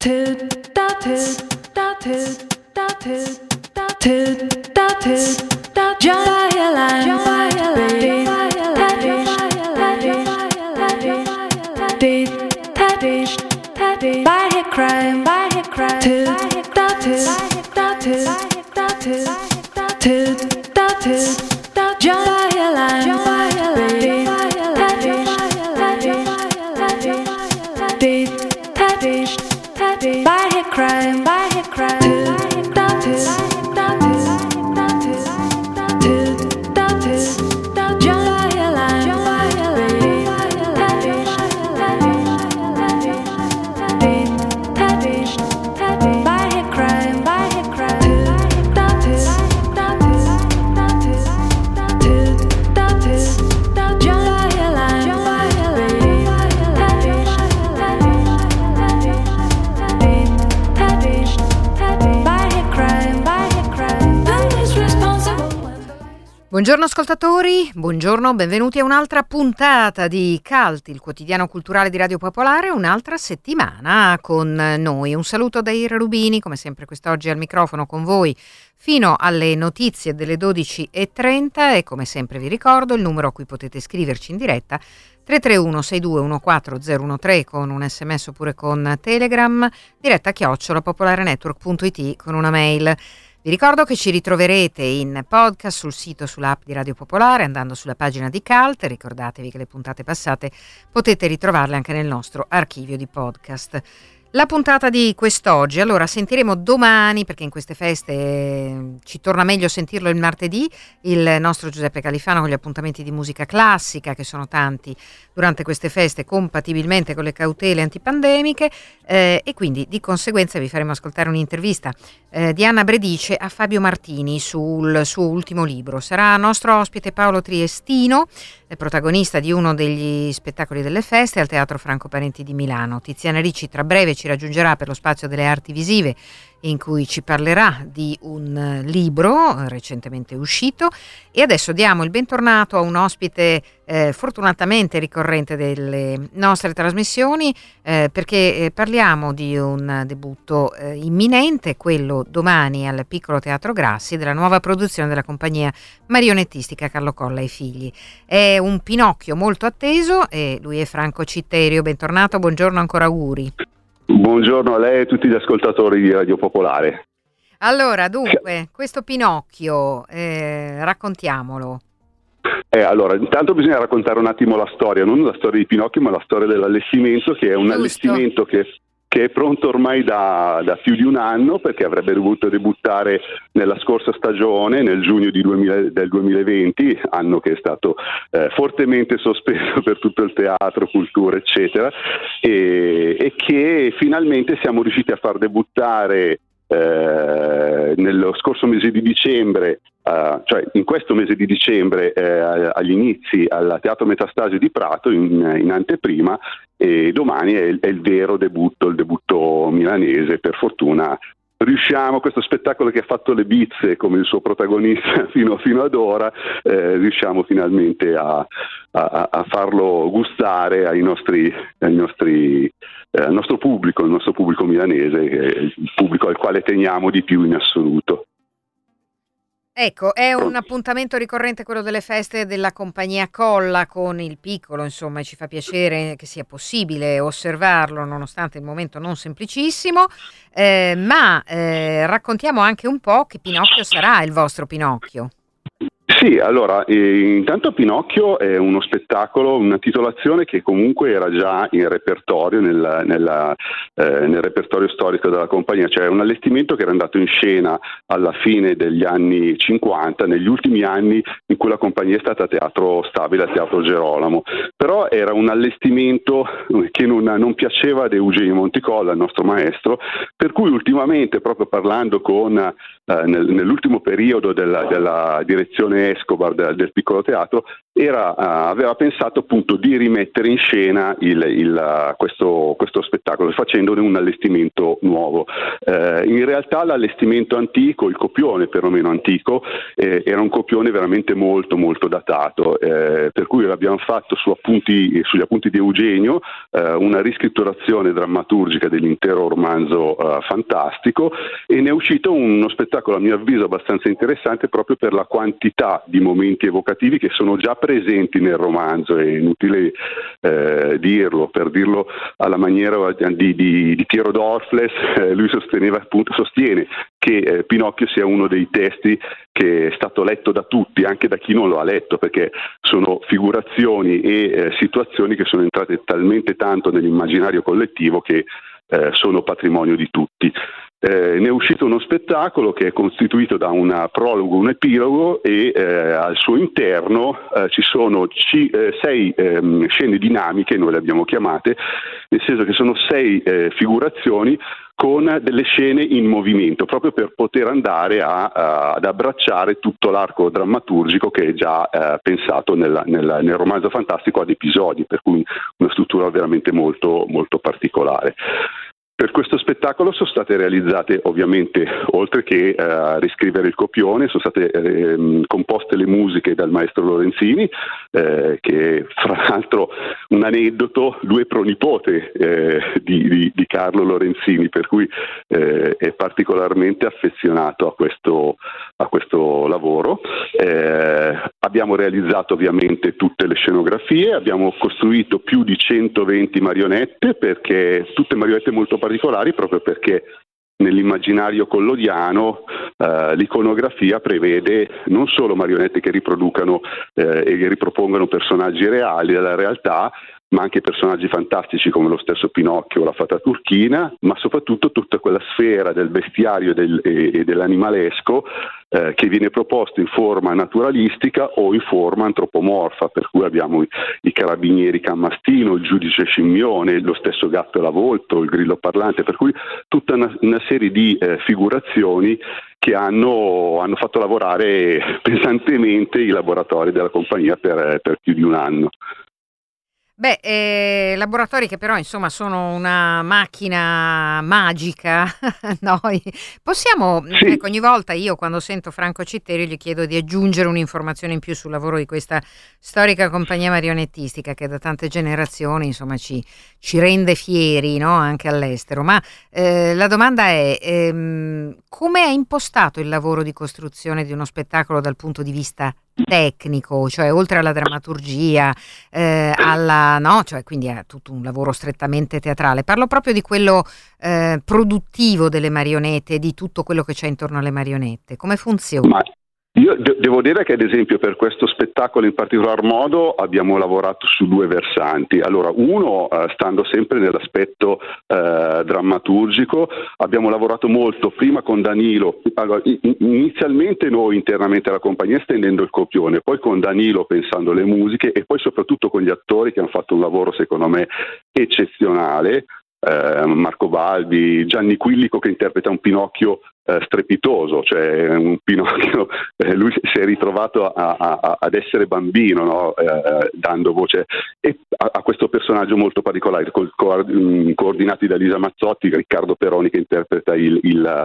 Buongiorno ascoltatori, buongiorno, benvenuti a un'altra puntata di Cult, il quotidiano culturale di Radio Popolare, un'altra settimana con noi. Un saluto da Ira Rubini, come sempre quest'oggi al microfono con voi fino alle notizie delle 12:30 e come sempre vi ricordo il numero a cui potete scriverci in diretta 331 6214013 con un sms oppure con Telegram, diretta @popolarenetwork.it con una mail. Vi ricordo che ci ritroverete in podcast sul sito, sull'app di Radio Popolare, andando sulla pagina di Cult. Ricordatevi che le puntate passate potete ritrovarle anche nel nostro archivio di podcast. La puntata di quest'oggi, allora sentiremo domani, perché in queste feste ci torna meglio sentirlo il martedì, il nostro Giuseppe Califano con gli appuntamenti di musica classica, che sono tanti durante queste feste, compatibilmente con le cautele antipandemiche, e quindi di conseguenza vi faremo ascoltare un'intervista di Anna Bredice a Fabio Martini sul suo ultimo libro. Sarà nostro ospite Paolo Triestino, protagonista di uno degli spettacoli delle feste al Teatro Franco Parenti di Milano. Tiziana Ricci tra breve ci raggiungerà per lo spazio delle arti visive, in cui ci parlerà di un libro recentemente uscito. E adesso diamo il bentornato a un ospite fortunatamente ricorrente delle nostre trasmissioni, perché parliamo di un debutto imminente, quello domani al Piccolo Teatro Grassi, della nuova produzione della compagnia marionettistica Carlo Colla e Figli. È un Pinocchio molto atteso e lui è Franco Citterio. Bentornato, buongiorno, ancora auguri. Buongiorno a lei e a tutti gli ascoltatori di Radio Popolare. Allora, dunque, questo Pinocchio, raccontiamolo. Allora, intanto bisogna raccontare un attimo la storia, non la storia di Pinocchio, ma la storia dell'allestimento, che è un allestimento che è pronto ormai da più di un anno, perché avrebbe dovuto debuttare nella scorsa stagione, nel giugno del 2020, anno che è stato fortemente sospeso per tutto il teatro, cultura, eccetera, e che finalmente siamo riusciti a far debuttare nello scorso mese di dicembre, cioè in questo mese di dicembre, agli inizi al Teatro Metastasio di Prato in anteprima, e domani è il vero debutto, il debutto milanese. Per fortuna riusciamo, questo spettacolo che ha fatto le bizze come il suo protagonista fino ad ora, riusciamo finalmente a farlo gustare al nostro pubblico, il nostro pubblico milanese, il pubblico al quale teniamo di più in assoluto. Ecco, è un appuntamento ricorrente quello delle feste della compagnia Colla con il Piccolo, insomma, e ci fa piacere che sia possibile osservarlo nonostante il momento non semplicissimo, ma raccontiamo anche un po' che Pinocchio sarà il vostro Pinocchio. Sì, allora, intanto Pinocchio è uno spettacolo, una titolazione che comunque era già in repertorio, nel repertorio storico della compagnia, cioè un allestimento che era andato in scena alla fine degli anni 50, negli ultimi anni in cui la compagnia è stata teatro stabile, a Teatro Gerolamo, però era un allestimento che non piaceva ad Eugenio Monticolla, il nostro maestro, per cui ultimamente, proprio parlando nell'ultimo periodo della direzione Escobar del Piccolo Teatro, aveva pensato appunto di rimettere in scena questo spettacolo facendone un allestimento nuovo. In realtà l'allestimento antico, il copione perlomeno antico, era un copione veramente molto molto datato, per cui l'abbiamo fatto sugli appunti di Eugenio, una riscritturazione drammaturgica dell'intero romanzo fantastico, e ne è uscito uno spettacolo a mio avviso abbastanza interessante proprio per la quantità di momenti evocativi che sono già presenti nel romanzo. È inutile dirlo, per dirlo alla maniera di Piero Dorfles, lui sostiene che Pinocchio sia uno dei testi che è stato letto da tutti, anche da chi non lo ha letto, perché sono figurazioni e situazioni che sono entrate talmente tanto nell'immaginario collettivo che sono patrimonio di tutti. Ne è uscito uno spettacolo che è costituito da un prologo, un epilogo, e al suo interno ci sono 6 scene dinamiche, noi le abbiamo chiamate, nel senso che sono 6 figurazioni con delle scene in movimento, proprio per poter andare ad abbracciare tutto l'arco drammaturgico che è già pensato nel romanzo fantastico ad episodi, per cui una struttura veramente molto, molto particolare. Per questo spettacolo sono state realizzate, ovviamente, oltre che riscrivere il copione, sono state composte le musiche dal maestro Lorenzini, che fra l'altro, un aneddoto, lui è pronipote di Carlo Lorenzini, per cui è particolarmente affezionato a questo lavoro. Abbiamo realizzato ovviamente tutte le scenografie, abbiamo costruito più di 120 marionette, perché tutte marionette molto particolari, proprio perché nell'immaginario collodiano l'iconografia prevede non solo marionette che riproducano e che ripropongano personaggi reali della realtà, ma anche personaggi fantastici come lo stesso Pinocchio o la Fata Turchina, ma soprattutto tutta quella sfera del bestiario e dell'animalesco che viene proposto in forma naturalistica o in forma antropomorfa, per cui abbiamo i carabinieri Cammastino, il giudice Scimmione, lo stesso Gatto e la Volpe, il grillo parlante, per cui tutta una serie di figurazioni che hanno fatto lavorare pesantemente i laboratori della compagnia per più di un anno. Laboratori che però insomma sono una macchina magica. Noi possiamo, Sì. ecco, ogni volta io quando sento Franco Citteri gli chiedo di aggiungere un'informazione in più sul lavoro di questa storica compagnia marionettistica che da tante generazioni insomma ci rende fieri, no? Anche all'estero. Ma la domanda è come è impostato il lavoro di costruzione di uno spettacolo dal punto di vista tecnico, cioè oltre alla drammaturgia, cioè quindi è tutto un lavoro strettamente teatrale. Parlo proprio di quello produttivo delle marionette, di tutto quello che c'è intorno alle marionette. Come funziona? Ma io devo dire che ad esempio per questo spettacolo in particolar modo abbiamo lavorato su 2 versanti. Allora, uno, stando sempre nell'aspetto drammaturgico, abbiamo lavorato molto prima con Danilo. Allora, inizialmente noi internamente alla compagnia stendendo il copione, poi con Danilo pensando alle musiche e poi soprattutto con gli attori che hanno fatto un lavoro secondo me eccezionale. Marco Balbi, Gianni Quillico che interpreta un Pinocchio strepitoso, cioè un Pinocchio, lui si è ritrovato ad essere bambino, no? Dando voce a questo personaggio molto particolare, coordinati da Lisa Mazzotti, Riccardo Peroni che interpreta il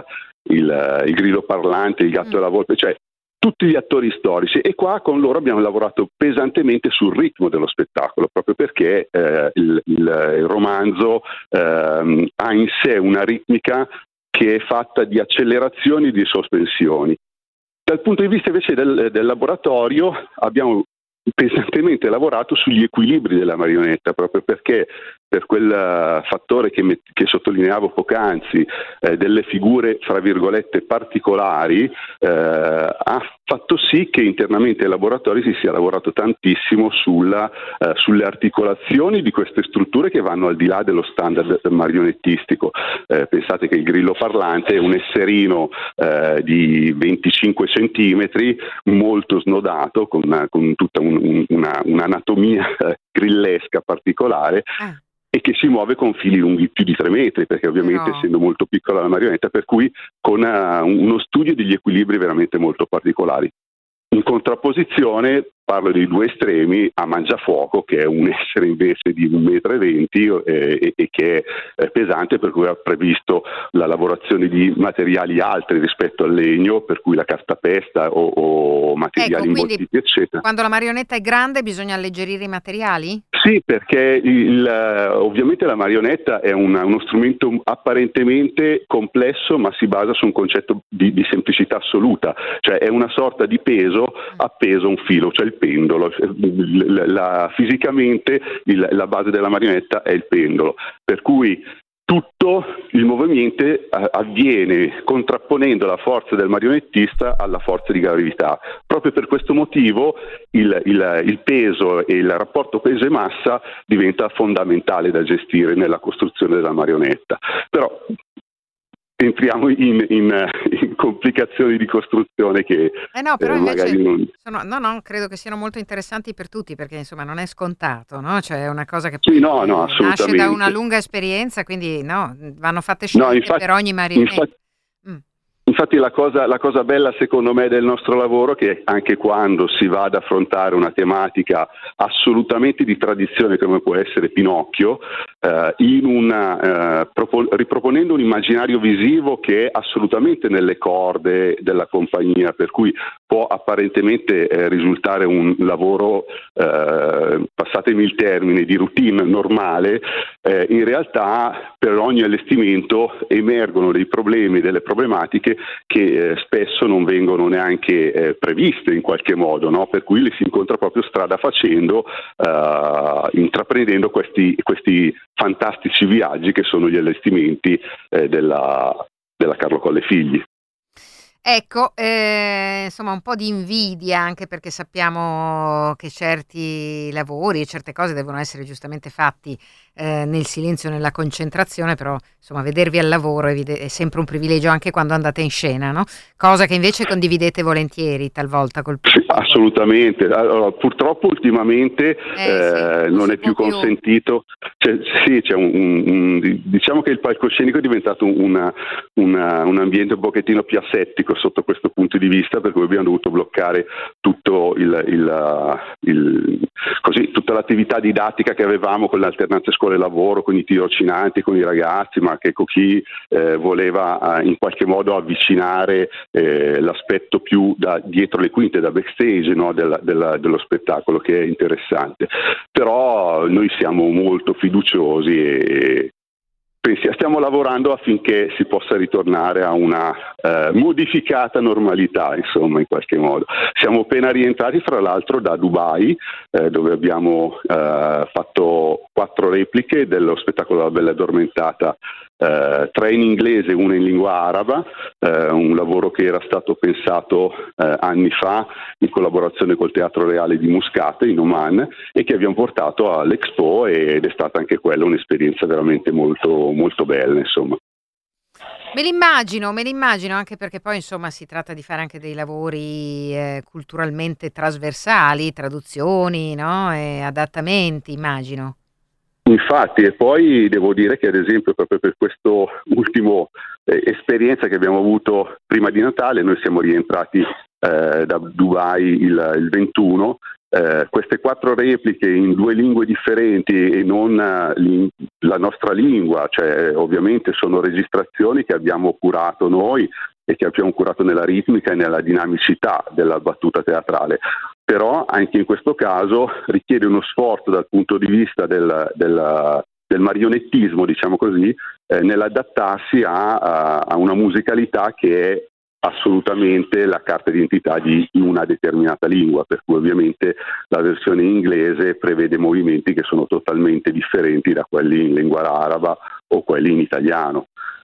grillo parlante, il Gatto e la Volpe, cioè tutti gli attori storici, e qua con loro abbiamo lavorato pesantemente sul ritmo dello spettacolo, proprio perché il romanzo ha in sé una ritmica che è fatta di accelerazioni e di sospensioni. Dal punto di vista invece del laboratorio abbiamo pesantemente lavorato sugli equilibri della marionetta, proprio perché per quel fattore che sottolineavo poc'anzi, delle figure fra virgolette particolari, ha fatto sì che internamente ai laboratori si sia lavorato tantissimo sulle articolazioni di queste strutture che vanno al di là dello standard marionettistico. Pensate che il grillo parlante è un esserino di 25 centimetri, molto snodato, con tutta un'anatomia grillesca particolare, e che si muove con fili lunghi più di 3 metri, perché ovviamente essendo molto piccola la marionetta, per cui con uno studio degli equilibri veramente molto particolari. In contrapposizione parlo dei due estremi, a Mangiafuoco, che è un essere invece di 1,20 m e che è pesante, per cui ha previsto la lavorazione di materiali altri rispetto al legno, per cui la cartapesta o materiali imbottiti, eccetera. Quando la marionetta è grande bisogna alleggerire i materiali? Sì, perché ovviamente la marionetta è uno strumento apparentemente complesso, ma si basa su un concetto di semplicità assoluta, cioè è una sorta di peso appeso a un filo, cioè il pendolo. Fisicamente la base della marionetta è il pendolo, per cui tutto il movimento avviene contrapponendo la forza del marionettista alla forza di gravità. Proprio per questo motivo il peso e il rapporto peso e massa diventa fondamentale da gestire nella costruzione della marionetta. Però entriamo in complicazioni di costruzione che no, però magari non credo che siano molto interessanti per tutti, perché insomma non è scontato, no? Cioè è una cosa che sì, no, assolutamente. Nasce da una lunga esperienza, quindi vanno fatte scelte per ogni marionetta. Infatti la cosa bella secondo me del nostro lavoro è che anche quando si va ad affrontare una tematica assolutamente di tradizione come può essere Pinocchio, riproponendo un immaginario visivo che è assolutamente nelle corde della compagnia, per cui può apparentemente risultare un lavoro, passatemi il termine, di routine normale, in realtà per ogni allestimento emergono dei problemi, delle problematiche che spesso non vengono neanche previste in qualche modo, no? Per cui li si incontra proprio strada facendo, intraprendendo questi fantastici viaggi che sono gli allestimenti della Carlo Colle Figli. Ecco, insomma un po' di invidia, anche perché sappiamo che certi lavori e certe cose devono essere giustamente fatti nel silenzio, nella concentrazione, però insomma vedervi al lavoro è sempre un privilegio anche quando andate in scena, no? Cosa che invece condividete volentieri talvolta col pubblico. Sì, assolutamente. Allora, purtroppo ultimamente non è più consentito. C'è diciamo che il palcoscenico è diventato un ambiente un pochettino più asettico sotto questo punto di vista, per cui abbiamo dovuto bloccare tutto tutta l'attività didattica che avevamo con l'alternanza scuola-lavoro, con i tirocinanti, con i ragazzi, ma che con chi voleva in qualche modo avvicinare l'aspetto più da dietro le quinte, da backstage, no, dello spettacolo, che è interessante. Però noi siamo molto fiduciosi e stiamo lavorando affinché si possa ritornare a una modificata normalità, insomma, in qualche modo. Siamo appena rientrati, fra l'altro, da Dubai, dove abbiamo fatto 4 repliche dello spettacolo La Bella Addormentata, 3 in inglese e 1 in lingua araba, un lavoro che era stato pensato anni fa in collaborazione col Teatro Reale di Muscat in Oman, e che abbiamo portato all'Expo, ed è stata anche quella un'esperienza veramente molto, molto bella, insomma. Me l'immagino, anche perché poi insomma si tratta di fare anche dei lavori culturalmente trasversali, traduzioni, no? E adattamenti, immagino. Infatti, e poi devo dire che ad esempio proprio per questo ultimo esperienza che abbiamo avuto prima di Natale, noi siamo rientrati da Dubai il 21, queste 4 repliche in 2 lingue differenti e non la nostra lingua, cioè ovviamente sono registrazioni che abbiamo curato noi e che abbiamo curato nella ritmica e nella dinamicità della battuta teatrale. Però anche in questo caso richiede uno sforzo dal punto di vista del marionettismo, diciamo così, nell'adattarsi a una musicalità che è assolutamente la carta d'identità di una determinata lingua, per cui ovviamente la versione inglese prevede movimenti che sono totalmente differenti da quelli in lingua araba o quelli in italiano.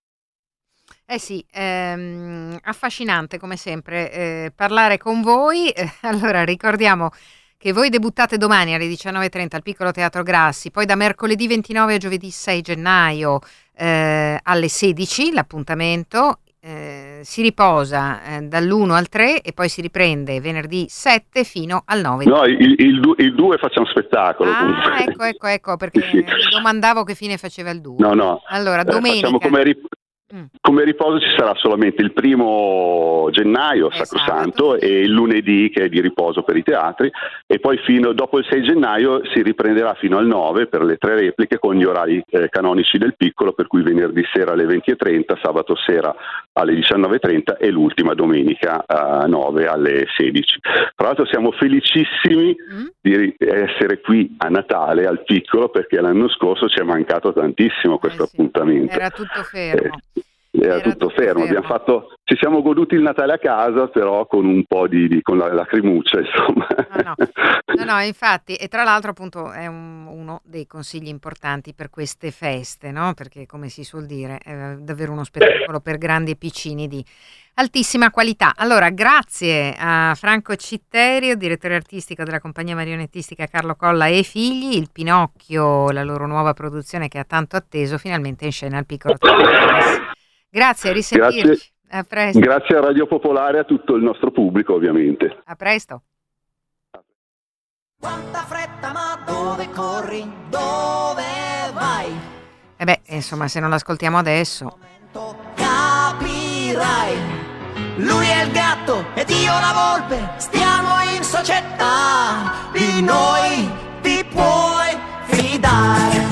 Sì, affascinante come sempre parlare con voi. Allora ricordiamo che voi debuttate domani alle 19:30 al Piccolo Teatro Grassi, poi da mercoledì 29 a giovedì 6 gennaio alle 16 l'appuntamento, si riposa dall'1 al 3 e poi si riprende venerdì 7 fino al 9. No, il 2 facciamo spettacolo. Ecco, perché sì. mi domandavo che fine faceva il 2. No, allora domenica. Facciamo Come riposo ci sarà solamente il 1° gennaio, sacrosanto, e il lunedì che è di riposo per i teatri, e poi fino dopo il 6 gennaio si riprenderà fino al 9 per le 3 repliche con gli orari canonici del Piccolo, per cui venerdì sera alle 20:30, sabato sera alle 19:30 e l'ultima domenica 9 alle 16. Tra l'altro siamo felicissimi di essere qui a Natale al Piccolo, perché l'anno scorso ci è mancato tantissimo questo appuntamento. Era tutto fermo. Era tutto fermo. Ci siamo goduti il Natale a casa, però con un po' con la lacrimuccia, insomma. No, infatti, e tra l'altro appunto è uno dei consigli importanti per queste feste, no? Perché, come si suol dire, è davvero uno spettacolo per grandi e piccini di altissima qualità. Allora, grazie a Franco Citterio, direttore artistico della compagnia marionettistica Carlo Colla e Figli. Il Pinocchio, la loro nuova produzione che ha tanto atteso, finalmente in scena al Piccolo Teatro. Grazie, a risentirci. Grazie. A presto. Grazie a Radio Popolare e a tutto il nostro pubblico, ovviamente. A presto. Quanta fretta, ma dove corri? Dove vai? Insomma, se non l'ascoltiamo adesso. Capirai. Lui è il gatto ed io la volpe. Stiamo in società. Di noi ti puoi fidare.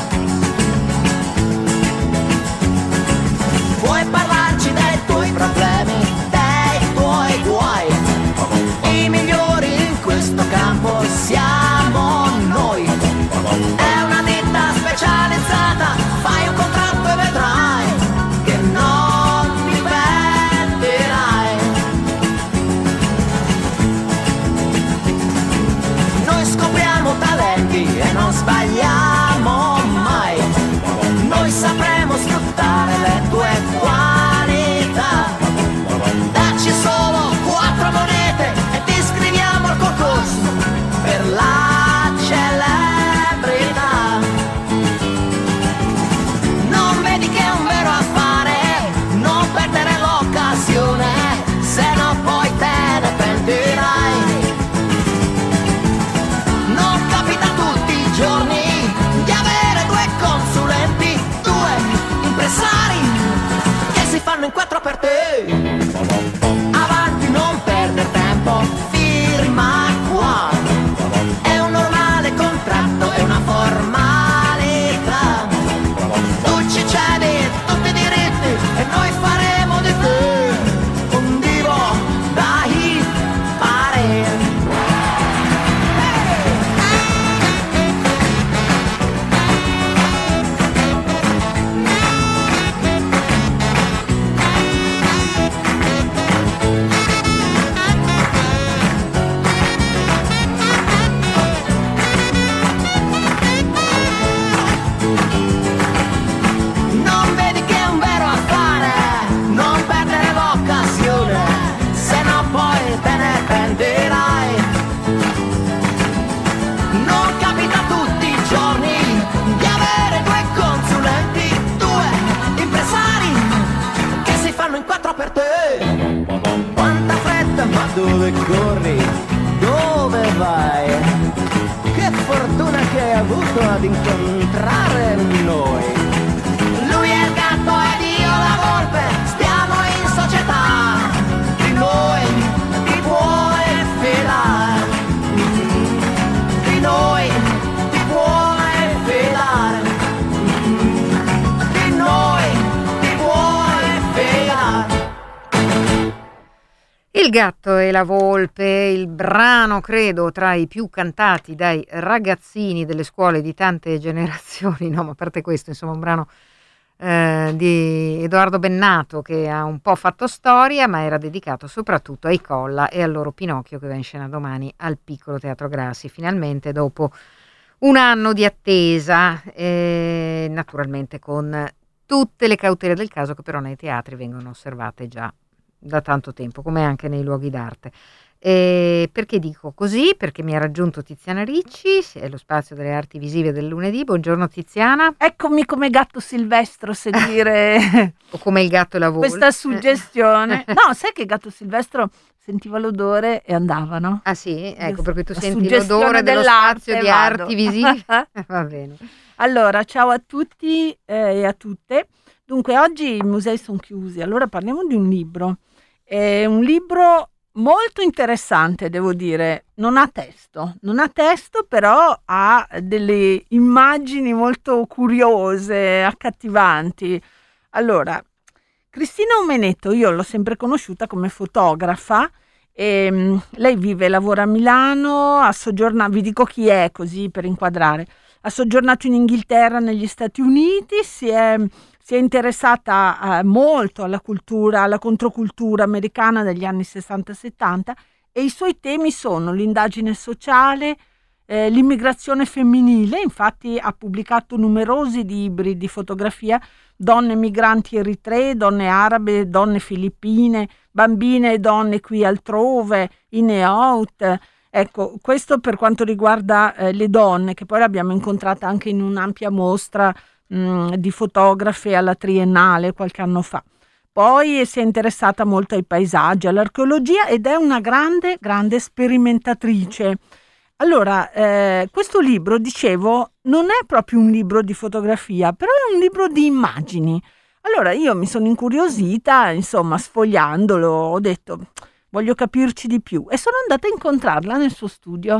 Puoi parlarci dei tuoi problemi, dei tuoi guai. I migliori in questo campo siamo noi. È una ditta specializzata, fai un contratto e vedrai che non ti pentirai. Noi scopriamo talenti e non sbagliamo mai. Noi sapremo sfruttare le tue qualità. Dacci solo 4 monete e ti iscriviamo al concorso per la celebrità. Non vedi che è un vero affare? Non perdere l'occasione, se no poi te ne pentirai. Non capita tutti i giorni di avere 2 consulenti, 2 impresari che si fanno in 4 per te. Avanti, non perdere tempo, firma qua. È un normale contratto, è una formalità. Tu ci cedi tutti i diritti e noi faremo di te un divo da hippare. Non vedi che è un vero affare? Non perdere l'occasione, se no poi te ne pentirai. Non capita tutti i giorni di avere 2 consulenti, 2 impresari che si fanno in 4 per te. Quanta fretta, ma dove corri? Dove vai? Che fortuna che hai avuto ad incontrare noi. Lui è il gatto ed io la volpe, stiamo in società. Di noi ti puoi fidare. Di noi ti puoi fidare. Di noi ti puoi fidare. Il gatto e la volpe, il brano credo tra i più cantati dai ragazzini delle scuole di tante generazioni, no, ma a parte questo, insomma, un brano di Edoardo Bennato che ha un po' fatto storia, ma era dedicato soprattutto ai Colla e al loro Pinocchio che va in scena domani al Piccolo Teatro Grassi, finalmente dopo un anno di attesa, naturalmente con tutte le cautele del caso che però nei teatri vengono osservate già da tanto tempo, come anche nei luoghi d'arte. Perché dico così? Perché mi ha raggiunto Tiziana Ricci, è lo spazio delle arti visive del lunedì. Buongiorno Tiziana. Eccomi come gatto silvestro seguire o come il gatto e la volpe. Questa suggestione. No, sai che gatto silvestro sentiva l'odore e andava, no? Ah sì? Ecco, perché tu senti l'odore dello spazio di arti visive. Va bene. Allora, ciao a tutti e a tutte. Dunque, oggi i musei sono chiusi, allora parliamo di un libro. È un libro molto interessante, devo dire. Non ha testo, però ha delle immagini molto curiose, accattivanti. Allora, Cristina Omenetto, io l'ho sempre conosciuta come fotografa. Lei vive e lavora a Milano, vi dico chi è così per inquadrare. Ha soggiornato in Inghilterra, negli Stati Uniti, si è interessata molto alla cultura, alla controcultura americana degli anni 60-70 e i suoi temi sono l'indagine sociale, l'immigrazione femminile. Infatti ha pubblicato numerosi libri di fotografia, donne migranti eritree, donne arabe, donne filippine, bambine e donne qui altrove, in e out. Ecco, questo per quanto riguarda le donne, che poi l'abbiamo incontrata anche in un'ampia mostra di fotografe alla Triennale qualche anno fa. Poi si è interessata molto ai paesaggi, all'archeologia ed è una grande, grande sperimentatrice. Allora, questo libro, dicevo, non è proprio un libro di fotografia, però è un libro di immagini. Allora io mi sono incuriosita, insomma, sfogliandolo, ho detto voglio capirci di più e sono andata a incontrarla nel suo studio.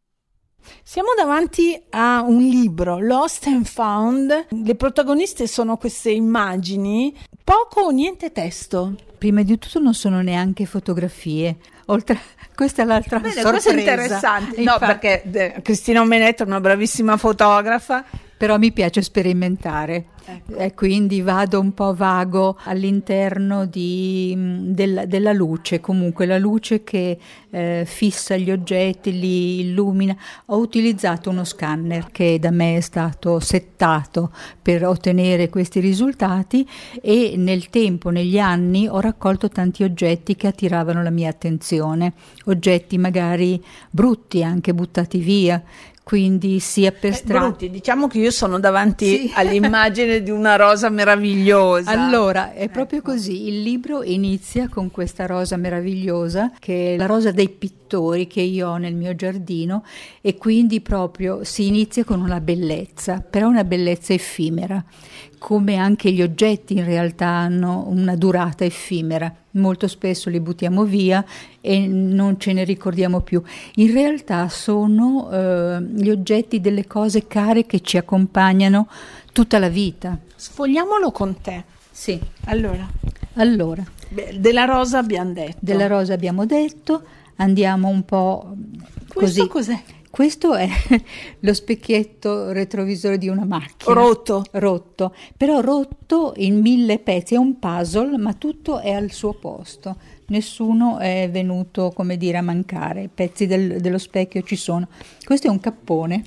Siamo davanti a un libro, Lost and Found. Le protagoniste sono queste immagini, poco o niente testo. Prima di tutto non sono neanche fotografie. Questa è l'altra sorpresa. Questo è interessante. No, perché Cristina Omenetto è una bravissima fotografa. Però mi piace sperimentare. Ecco. E quindi vado un po' vago all'interno della luce, comunque la luce che fissa gli oggetti, li illumina. Ho utilizzato uno scanner che da me è stato settato per ottenere questi risultati e nel tempo, negli anni, ho raccolto tanti oggetti che attiravano la mia attenzione, oggetti magari brutti, anche buttati via. Quindi sia per strada. Diciamo che io sono davanti all'immagine di una rosa meravigliosa. Allora, è proprio così. Il libro inizia con questa rosa meravigliosa, che è la rosa dei pittori che io ho nel mio giardino, e quindi proprio si inizia con una bellezza, però una bellezza effimera, come anche gli oggetti in realtà hanno una durata effimera. Molto spesso li buttiamo via e non ce ne ricordiamo più. In realtà sono gli oggetti delle cose care che ci accompagnano tutta la vita. Sfogliamolo con te. Sì. Allora. Della rosa abbiamo detto. Andiamo un po' Questo così. Cos'è? Questo è lo specchietto retrovisore di una macchina. Rotto, però rotto in 1000 pezzi, è un puzzle, ma tutto è al suo posto. Nessuno è venuto, come dire, a mancare. I pezzi dello specchio ci sono. Questo è un cappone.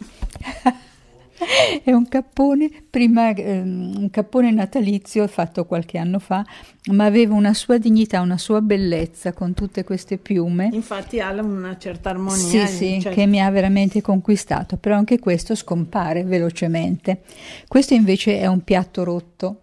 È un cappone, un cappone natalizio fatto qualche anno fa, ma aveva una sua dignità, una sua bellezza con tutte queste piume. Infatti ha una certa armonia. Sì, che mi ha veramente conquistato, però anche questo scompare velocemente. Questo invece è un piatto rotto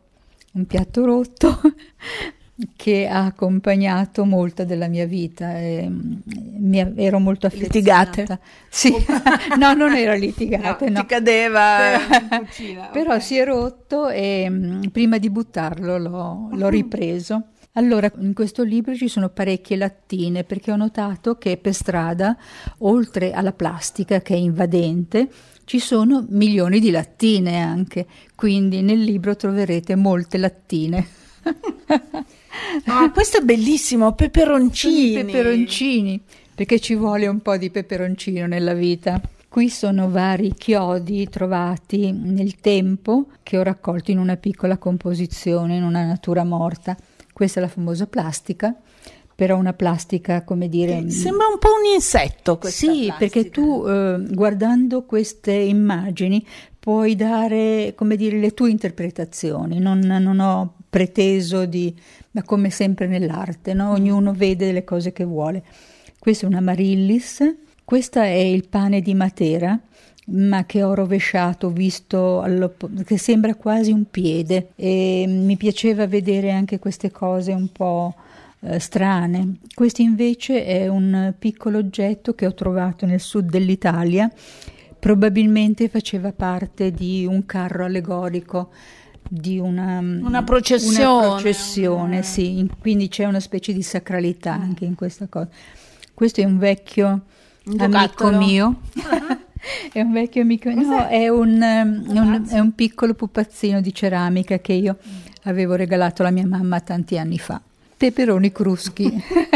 che ha accompagnato molta della mia vita. Ero molto affezionata. Litigate? Sì, no, non era litigate. No. Ti cadeva in cucina. Però okay. Si è rotto e prima di buttarlo l'ho ripreso. Allora, in questo libro ci sono parecchie lattine, perché ho notato che per strada, oltre alla plastica che è invadente, ci sono milioni di lattine anche, quindi nel libro troverete molte lattine. Questo è bellissimo, peperoncini, perché ci vuole un po' di peperoncino nella vita. Qui sono vari chiodi trovati nel tempo che ho raccolto in una piccola composizione in una natura morta. Questa è la famosa plastica, però una plastica, come dire... Sembra un po' un insetto questa Sì, plastica. Perché tu guardando queste immagini puoi dare, come dire, le tue interpretazioni. Non ho preteso ma come sempre nell'arte, no? Ognuno vede le cose che vuole. Questa è una Amaryllis, questo è il pane di Matera, ma che ho rovesciato, visto che sembra quasi un piede, e mi piaceva vedere anche queste cose un po' strane. Questo invece è un piccolo oggetto che ho trovato nel sud dell'Italia, probabilmente faceva parte di un carro allegorico, di una processione, sì, quindi c'è una specie di sacralità anche in questa cosa. Questo è un vecchio amico mio. È un vecchio amico, no, è un piccolo pupazzino di ceramica che io avevo regalato alla mia mamma tanti anni fa. Peperoni cruschi,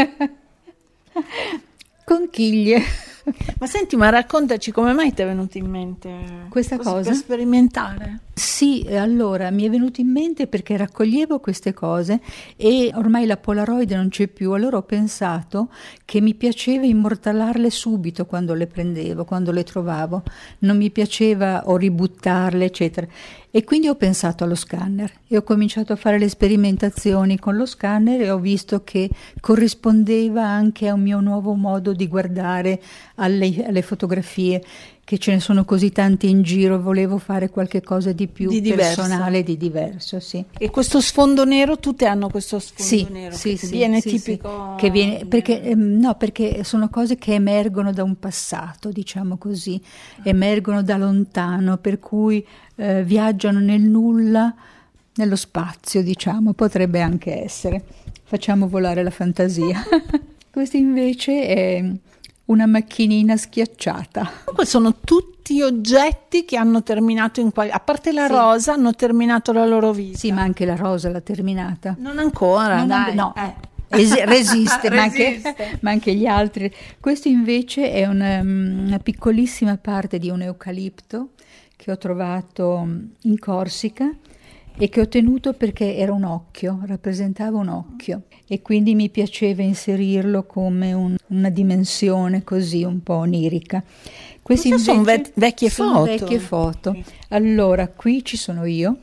conchiglie. Ma senti, ma raccontaci come mai ti è venuto in mente questa cosa? Per sperimentare? Sì, allora mi è venuto in mente perché raccoglievo queste cose e ormai la Polaroid non c'è più, allora ho pensato che mi piaceva immortalarle subito quando le prendevo, quando le trovavo, non mi piaceva o ributtarle, eccetera. E quindi ho pensato allo scanner e ho cominciato a fare le sperimentazioni con lo scanner e ho visto che corrispondeva anche a un mio nuovo modo di guardare alle fotografie, che ce ne sono così tanti in giro, volevo fare qualche cosa di più personale, di diverso, sì. E questo sfondo nero, tutte hanno questo sfondo nero? Sì, che viene tipico? Che viene, perché sono cose che emergono da un passato, diciamo così, emergono da lontano, per cui viaggiano nel nulla, nello spazio, diciamo, potrebbe anche essere. Facciamo volare la fantasia. Questo invece è una macchinina schiacciata. Comunque sono tutti oggetti che hanno terminato a parte la rosa, hanno terminato la loro vita. Sì, ma anche la rosa l'ha terminata. Non ancora, no. Resiste, ma anche gli altri. Questo invece è una piccolissima parte di un eucalipto che ho trovato in Corsica e che ho tenuto perché era un occhio, rappresentava un occhio e quindi mi piaceva inserirlo come una dimensione così un po' onirica. Queste sono vecchie foto. Allora, qui ci sono io,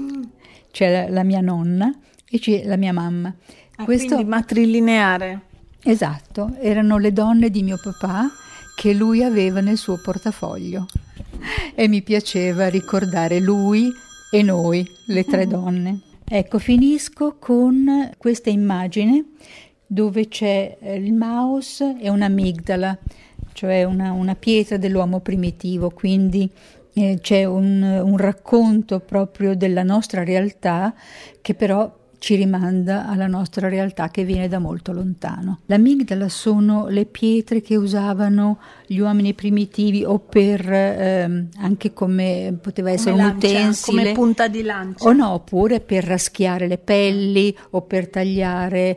c'è la mia nonna e c'è la mia mamma. Quindi matrilineare. Esatto, erano le donne di mio papà che lui aveva nel suo portafoglio e mi piaceva ricordare lui e noi, le tre donne. Ecco, finisco con questa immagine dove c'è il mouse e un'amigdala, cioè una pietra dell'uomo primitivo, quindi c'è un racconto proprio della nostra realtà che però ci rimanda alla nostra realtà che viene da molto lontano. L'amigdala sono le pietre che usavano gli uomini primitivi o per anche come poteva essere un utensile, come punta di lancia, o no, oppure per raschiare le pelli o per tagliare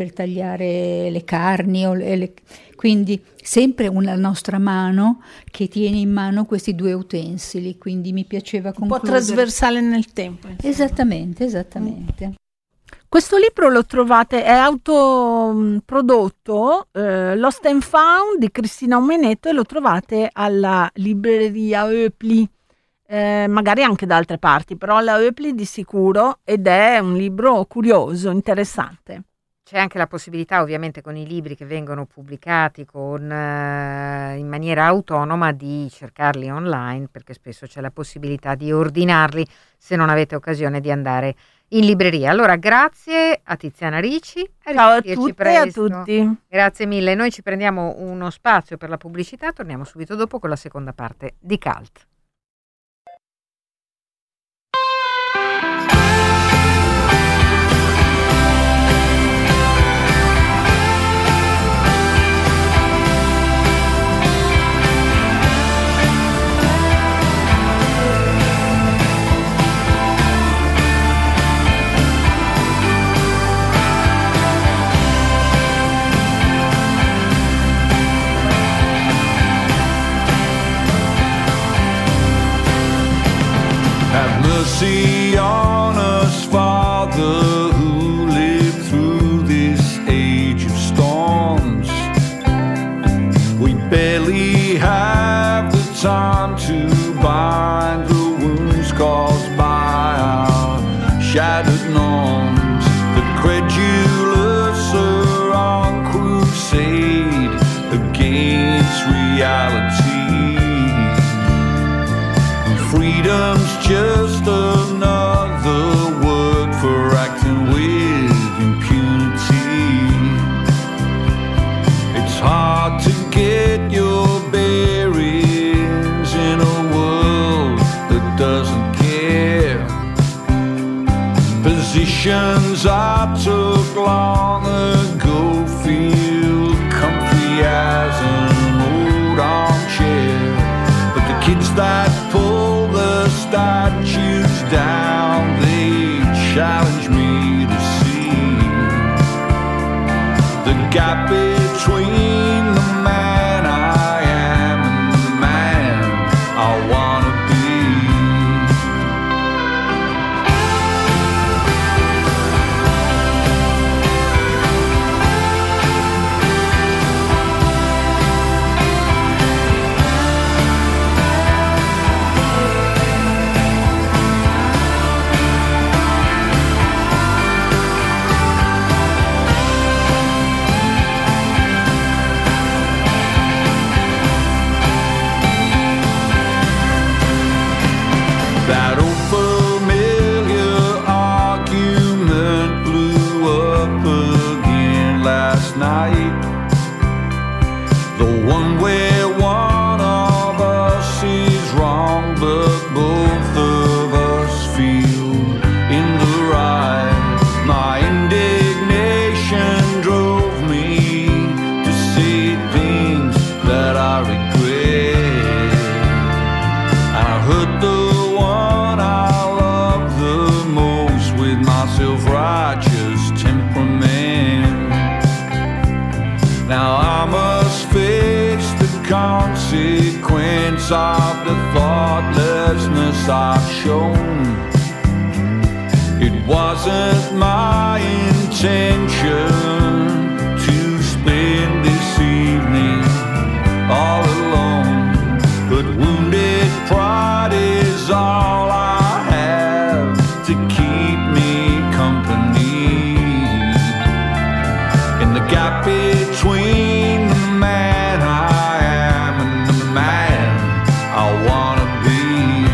le carni quindi sempre la nostra mano che tiene in mano questi due utensili, quindi mi piaceva concludere. Un po' trasversale nel tempo. Esattamente. Questo libro lo trovate, è autoprodotto, Lost and Found di Cristina Omenetto, e lo trovate alla libreria Oepli, magari anche da altre parti, però alla Oepli di sicuro, ed è un libro curioso, interessante. C'è anche la possibilità, ovviamente, con i libri che vengono pubblicati in maniera autonoma, di cercarli online, perché spesso c'è la possibilità di ordinarli se non avete occasione di andare in libreria. Allora, grazie a Tiziana Ricci. Ciao a tutte e a tutti. Grazie mille. Noi ci prendiamo uno spazio per la pubblicità, torniamo subito dopo con la seconda parte di Cult. Have mercy on us, Father, who live through this age of storms. We barely have the time to bind the wounds caused by our shattered norms. The credulous are on crusade against reality. Freedom's just another word for acting with impunity. It's hard to get your bearings in a Positions I took long ago feel comfy as an old armchair, but the kids that pull the statues down, they challenge me to see the gap between the man I am and the man I wanna be. That old familiar argument blew up again last night. The one where one of us is wrong, but both of us feel in the right. My indignation drove me to say things that I regret, and I hurt the self-righteous temperament. Now I must face the consequence of the thoughtlessness I've shown. It wasn't my intention to spend this evening all alone, but wounded pride is all I have to keep me company. In the gap between the man I am and the man I wanna be.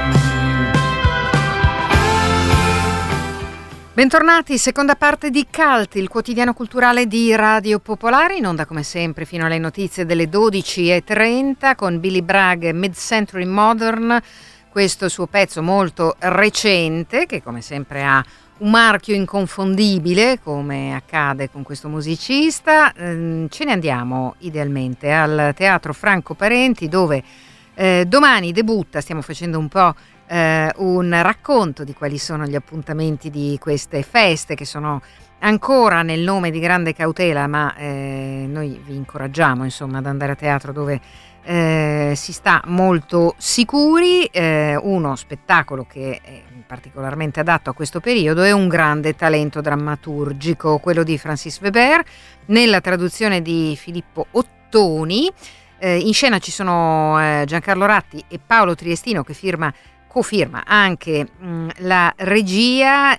Bentornati, seconda parte di Cult, il quotidiano culturale di Radio Popolare, in onda come sempre fino alle notizie delle 12:30 con Billy Bragg e Mid-Century Modern. Questo suo pezzo molto recente, che come sempre ha un marchio inconfondibile, come accade con questo musicista. Ce ne andiamo idealmente al Teatro Franco Parenti, dove domani debutta, stiamo facendo un po' un racconto di quali sono gli appuntamenti di queste feste, che sono ancora nel nome di grande cautela, ma noi vi incoraggiamo insomma ad andare a teatro dove si sta molto sicuri. Uno spettacolo che è particolarmente adatto a questo periodo è un grande talento drammaturgico, quello di Francis Weber, nella traduzione di Filippo Ottoni. In scena ci sono Giancarlo Ratti e Paolo Triestino, che cofirma anche la regia,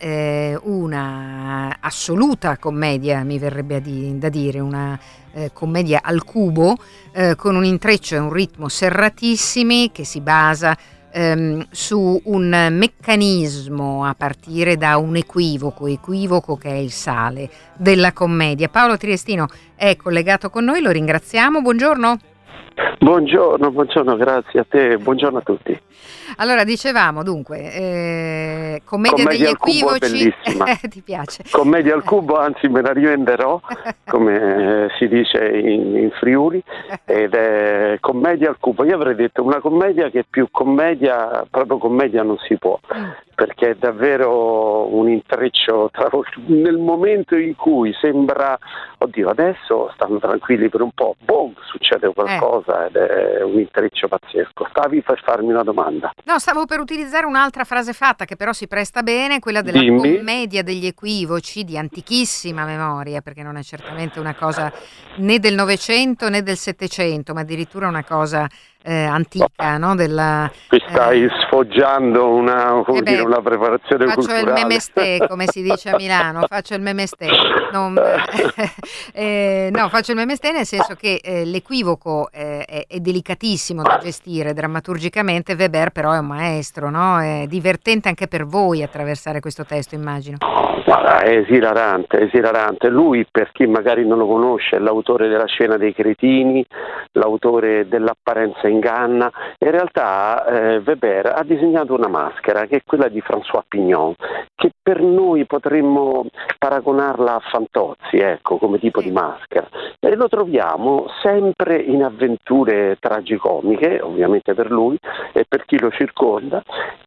una assoluta commedia, mi verrebbe da dire, una commedia al cubo, con un intreccio e un ritmo serratissimi, che si basa su un meccanismo a partire da un equivoco che è il sale della commedia. Paolo Triestino è collegato con noi, lo ringraziamo, buongiorno. Buongiorno, grazie a te, buongiorno a tutti. Allora, dicevamo dunque, commedia degli equivoci, ti piace? Commedia al cubo, anzi me la rivenderò, come si dice in Friuli, ed è commedia al cubo. Io avrei detto una commedia che più commedia, proprio commedia non si può, perché è davvero un intreccio nel momento in cui sembra, oddio adesso stanno tranquilli per un po', boom, succede qualcosa ed è un intreccio pazzesco. Stavi per farmi una domanda? No, stavo per utilizzare un'altra frase fatta che però si presta bene, quella della commedia degli equivoci di antichissima memoria, perché non è certamente una cosa né del Novecento né del Settecento, ma addirittura una cosa antica, no? Qui stai sfoggiando una preparazione faccio culturale. Faccio il memestè, come si dice a Milano, faccio il memestè. No, faccio il memestè nel senso che l'equivoco è delicatissimo da gestire drammaturgicamente. Weber però è un maestro, no? È divertente anche per voi attraversare questo testo, immagino. Guarda, è esilarante. Lui, per chi magari non lo conosce, è l'autore della Scena dei cretini, l'autore dell'Apparenza inganna. In realtà Weber ha disegnato una maschera che è quella di François Pignon, che per noi potremmo paragonarla a Fantozzi, ecco, come tipo di maschera, e lo troviamo sempre in avventure tragicomiche, ovviamente per lui e per chi lo circonda,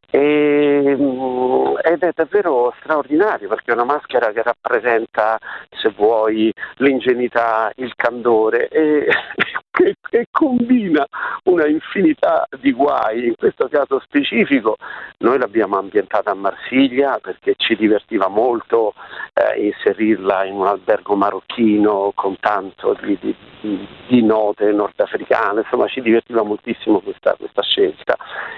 ed è davvero straordinario, perché è una maschera che rappresenta, se vuoi, l'ingenuità, il candore e che combina una infinità di guai. In questo caso specifico noi l'abbiamo ambientata a Marsiglia perché ci divertiva molto inserirla in un albergo marocchino con tanto di note nordafricane, insomma ci divertiva moltissimo questa scelta.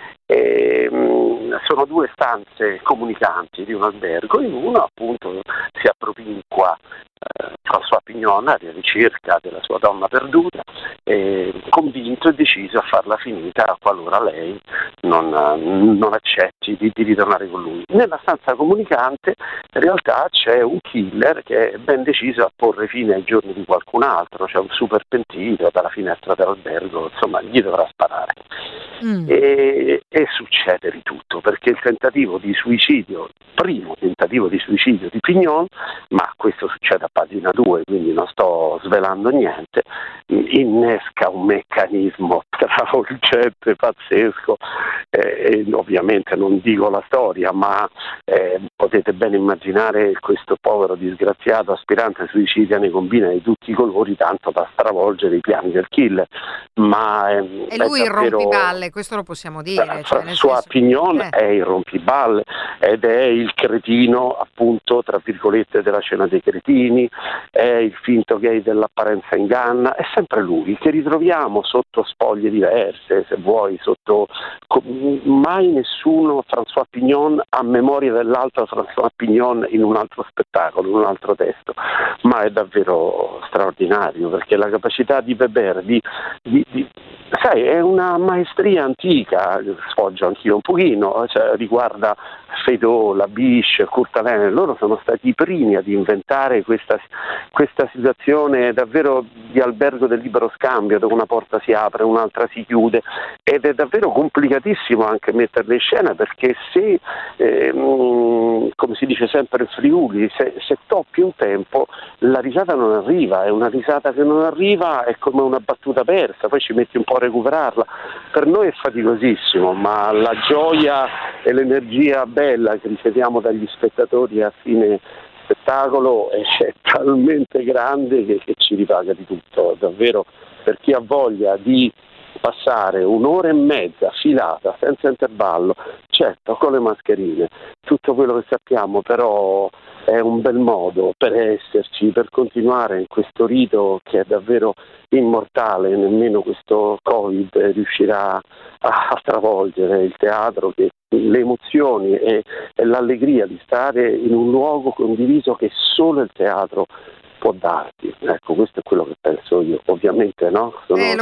Sono 2 stanze comunicanti di un albergo, in uno appunto si appropinqua François Pignon alla ricerca della sua donna perduta, convinto e deciso a farla finita qualora lei non accetti di ritornare con lui. Nella stanza comunicante in realtà c'è un killer che è ben deciso a porre fine ai giorni di qualcun altro, c'è un super pentito dalla finestra dell'albergo, insomma gli dovrà sparare. E succede di tutto, perché il tentativo di suicidio, primo tentativo di suicidio di Pignon, ma questo succede a pagina 2, quindi non sto svelando niente, innesca un meccanismo travolgente, pazzesco, e ovviamente non dico la storia, ma potete ben immaginare questo povero disgraziato aspirante suicida ne combina di tutti i colori, tanto da stravolgere i piani del killer. Ma e lui il rompiballe, questo lo possiamo dire. François Pignon è il rompiballe ed è il cretino, appunto, tra virgolette, della cena dei cretini, è il finto gay dell'apparenza inganna, è sempre lui, che ritroviamo sotto spoglie diverse, se vuoi, mai nessuno François Pignon a memoria dell'altro François Pignon in un altro spettacolo, in un altro testo, ma è davvero straordinario, perché la capacità di Weber sai, è una maestria antica, sfoggio anch'io un pochino, cioè, riguarda Feydeau, Labiche, Kurt Aland, loro sono stati i primi ad inventare questa situazione davvero di albergo del libero scambio, dove una porta si apre, un'altra si chiude, ed è davvero complicatissimo anche metterle in scena, perché se, come si dice sempre in Friuli, se toppi un tempo la risata non arriva, è una risata che non arriva, è come una battuta persa, poi ci metti un po' a recuperarla. Per noi è faticosissimo, ma la gioia e l'energia bella che riceviamo dagli spettatori a fine spettacolo è talmente grande che ci ripaga di tutto, davvero, per chi ha voglia di passare 1 ora e mezza filata senza intervallo, certo con le mascherine, tutto quello che sappiamo, però è un bel modo per esserci, per continuare in questo rito che è davvero immortale. Nemmeno questo Covid riuscirà a travolgere il teatro, che le emozioni e l'allegria di stare in un luogo condiviso che solo il teatro può darti. Ecco, questo è quello che penso io, ovviamente, no? Lo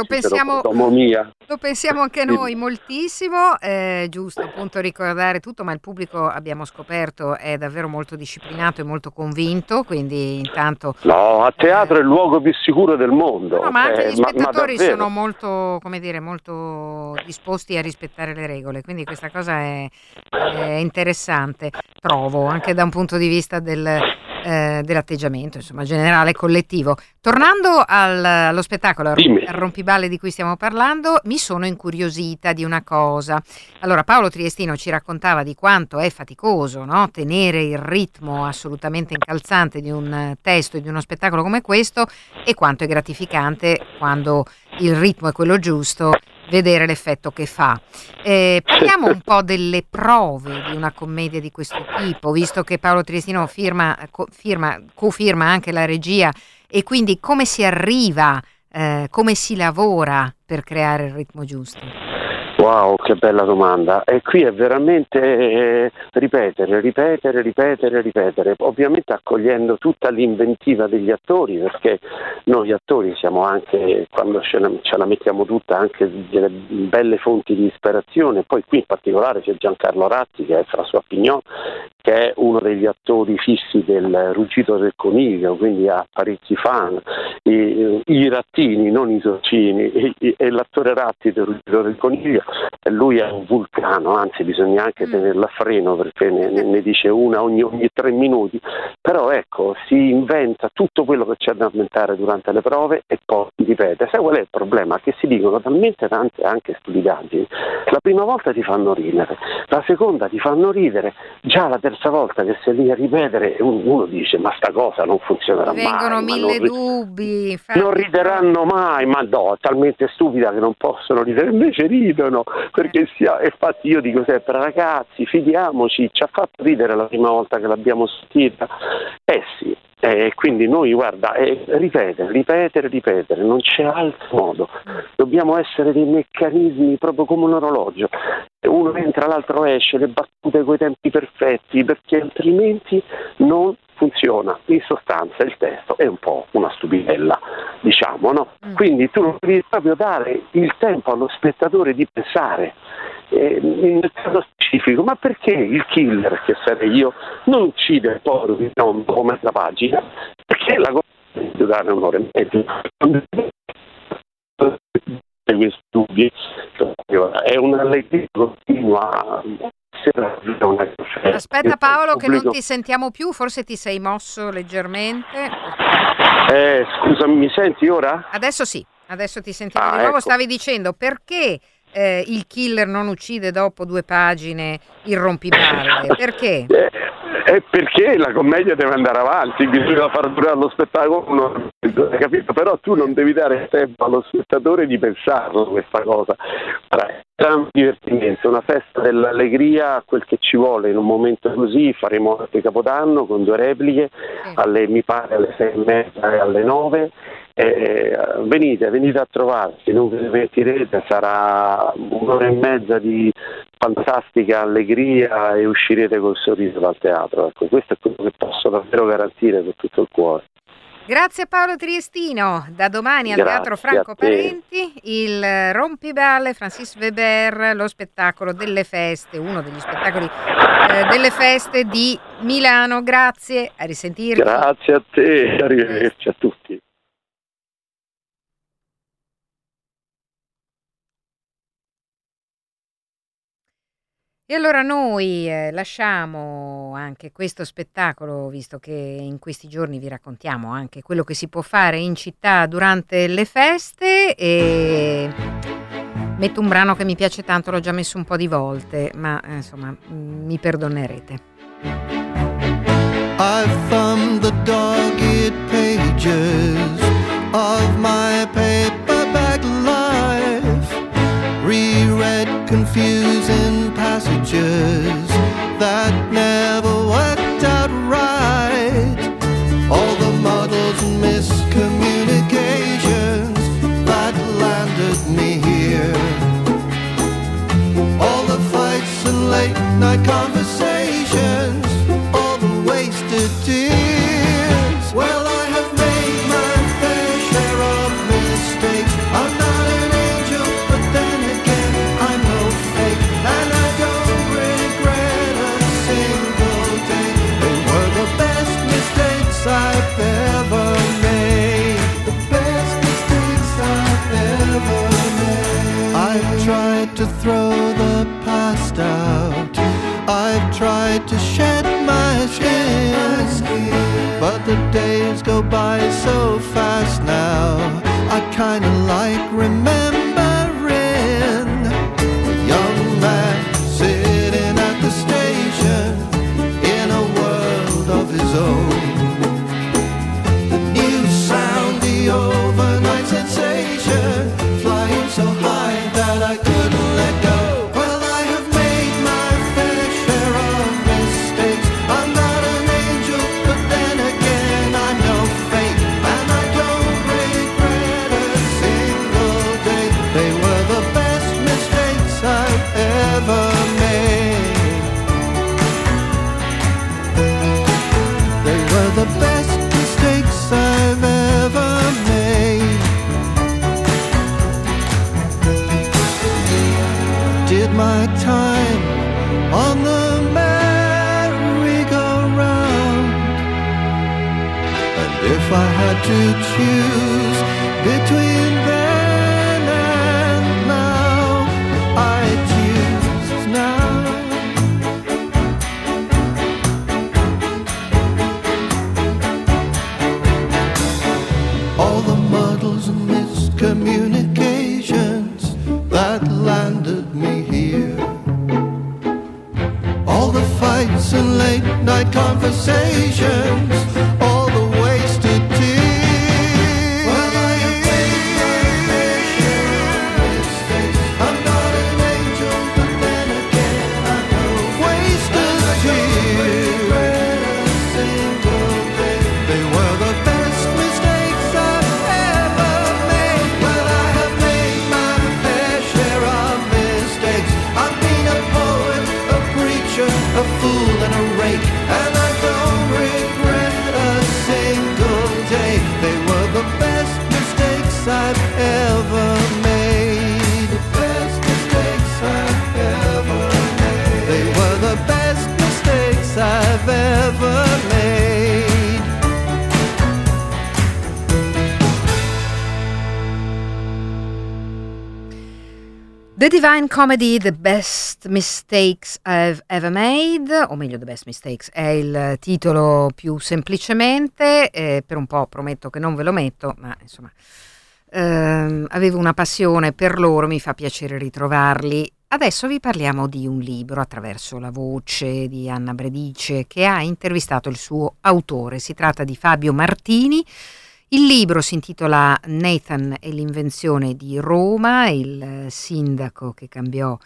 pensiamo anche noi moltissimo, giusto appunto ricordare tutto, ma il pubblico, abbiamo scoperto, è davvero molto disciplinato e molto convinto, quindi intanto... No, a teatro è il luogo più sicuro del mondo. No, ma anche gli spettatori sono molto, come dire, molto disposti a rispettare le regole, quindi questa cosa è interessante, trovo, anche da un punto di vista dell'atteggiamento, insomma, generale, collettivo. Tornando allo spettacolo, al rompiballe di cui stiamo parlando, mi sono incuriosita di una cosa. Allora, Paolo Triestino ci raccontava di quanto è faticoso, no? Tenere il ritmo assolutamente incalzante di un testo e di uno spettacolo come questo, e quanto è gratificante, quando il ritmo è quello giusto, vedere l'effetto che fa. Parliamo un po' delle prove di una commedia di questo tipo, visto che Paolo Triestino cofirma anche la regia, e quindi come si arriva, come si lavora per creare il ritmo giusto? Wow, che bella domanda. E qui è veramente ripetere, ovviamente accogliendo tutta l'inventiva degli attori, perché noi attori siamo anche, quando ce la mettiamo tutta, anche delle belle fonti di ispirazione. Poi qui in particolare c'è Giancarlo Ratti, che è François Pignon, che è uno degli attori fissi del Ruggito del Coniglio, quindi ha parecchi fan, i rattini, non i sorcini, e l'attore Ratti del Ruggito del Coniglio lui è un vulcano, anzi bisogna anche tenerla a freno perché ne dice una ogni 3 minuti, però ecco, si inventa tutto quello che c'è da inventare durante le prove e poi ripete. Sai qual è il problema? Che si dicono talmente tante anche stupidaggini. La prima volta ti fanno ridere, la seconda ti fanno ridere, già la terza volta che sei lì a ripetere uno dice ma sta cosa non funzionerà mai. Vengono mille dubbi. Non rideranno mai, ma no, è talmente stupida che non possono ridere, invece ridono, perché infatti io dico sempre ragazzi fidiamoci, ci ha fatto ridere la prima volta che l'abbiamo sentita, sì. Quindi noi guarda, ripetere, non c'è altro modo, dobbiamo essere dei meccanismi proprio come un orologio, uno entra l'altro esce, le battute coi tempi perfetti, perché altrimenti non funziona. In sostanza il testo è un po' una stupidella, diciamo, no? Quindi tu devi proprio dare il tempo allo spettatore di pensare. Nel caso specifico, ma perché il killer, che sarei io, non uccide il povero Piton dopo mezza pagina? Perché la cosa deve dare un'ora e mezza. Questi dubbi è un'allegria continua. Aspetta Paolo che non ti sentiamo più, forse ti sei mosso leggermente. Scusami, mi senti ora? Adesso sì, adesso ti sentiamo di nuovo. Ecco. Stavi dicendo perché il killer non uccide dopo 2 pagine il rompiballe? Perché? Perché la commedia deve andare avanti, bisogna far durare lo spettacolo, capito? Però tu non devi dare tempo allo spettatore di pensarlo questa cosa. È un divertimento, una festa dell'allegria, quel che ci vuole in un momento così. Faremo anche Capodanno con 2 repliche, mi pare alle 6:30 e alle 9. Venite a trovarci, non vi divertirete, sarà 1 ora e mezza di fantastica allegria e uscirete col sorriso dal teatro. Ecco, questo è quello che posso davvero garantire con tutto il cuore. Grazie a Paolo Triestino. Da domani al Teatro Franco Parenti il Rompiballe Francis Weber, lo spettacolo delle feste, uno degli spettacoli delle feste di Milano. Grazie, a risentirci. Grazie a te, arrivederci a tutti. E allora noi lasciamo anche questo spettacolo, visto che in questi giorni vi raccontiamo anche quello che si può fare in città durante le feste, e metto un brano che mi piace tanto, l'ho già messo un po' di volte, ma insomma mi perdonerete. I've thumbed the dog-eared pages of my paperback life, reread confusing passages that never worked out right, all the muddles and miscommunications that landed me here, all the fights and late night conversations, all the wasted tears. Well, I have made my fair share of mistakes. I'm not an angel, but then again I'm no fake, and I don't regret a single day. They were the best mistakes I've ever made, the best mistakes I've ever made. I've tried to throw the past out, I've tried to shed my skin, but the days go by so fast now, I kinda like remembering a young man sitting at the station in a world of his own. The new sound, the overnight sensation, flying so high that I couldn't let go. Well, I have made my fair share of mistakes. I'm not an angel, but then again I'm no fake, and I don't regret a single day. They were the best mistakes I've ever made. They were the best mistakes I've ever made. Did my time on the merry-go-round, and if I had to choose between then and now, I'd conversations, all the wasted tears. Well, I have made my fair share of mistakes. I'm not an angel, but then again I know wasted tears. A single day. They were the best mistakes I've ever made. Well, I have made my fair share of mistakes. I've been a poet, a preacher, a fool and a rake, and I don't regret a single day. They were the best mistakes I've ever made. Best mistakes I've ever made. They were the best mistakes I've ever made. The Divine Comedy, The Best Mistakes I've Ever Made, o meglio The Best Mistakes è il titolo più semplicemente, per un po' prometto che non ve lo metto, ma insomma avevo una passione per loro, mi fa piacere ritrovarli. Adesso vi parliamo di un libro attraverso la voce di Anna Bredice, che ha intervistato il suo autore. Si tratta di Fabio Martini. Il libro si intitola Nathan e l'invenzione di Roma, il sindaco che cambiò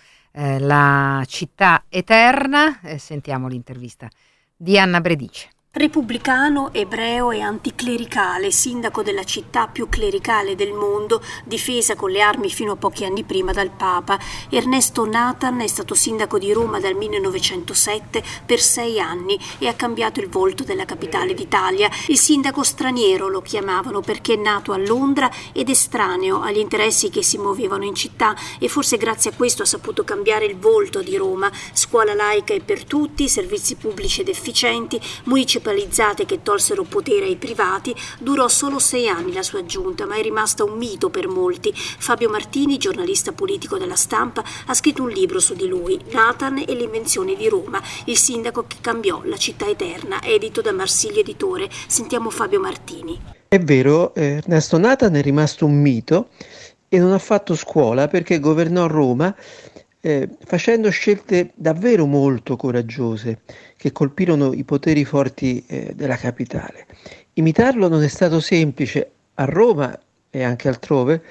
la città eterna. Sentiamo l'intervista di Anna Bredice. Repubblicano, ebreo e anticlericale, sindaco della città più clericale del mondo, difesa con le armi fino a pochi anni prima dal Papa, Ernesto Nathan è stato sindaco di Roma dal 1907 per 6 anni e ha cambiato il volto della capitale d'Italia. Il sindaco straniero lo chiamavano perché è nato a Londra ed estraneo agli interessi che si muovevano in città, e forse grazie a questo ha saputo cambiare il volto di Roma. Scuola laica e per tutti, servizi pubblici ed efficienti, municipalizzate che tolsero potere ai privati. Durò solo 6 anni la sua giunta, ma è rimasta un mito per molti. Fabio Martini, giornalista politico della Stampa, ha scritto un libro su di lui, Nathan e l'invenzione di Roma, il sindaco che cambiò la città eterna, edito da Marsilio Editore. Sentiamo Fabio Martini. È vero, Ernesto Nathan è rimasto un mito e non ha fatto scuola perché governò Roma facendo scelte davvero molto coraggiose che colpirono i poteri forti della capitale. Imitarlo non è stato semplice a Roma e anche altrove,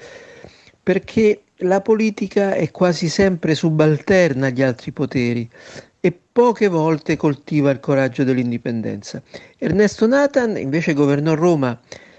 perché la politica è quasi sempre subalterna agli altri poteri e poche volte coltiva il coraggio dell'indipendenza. Ernesto Nathan invece governò Roma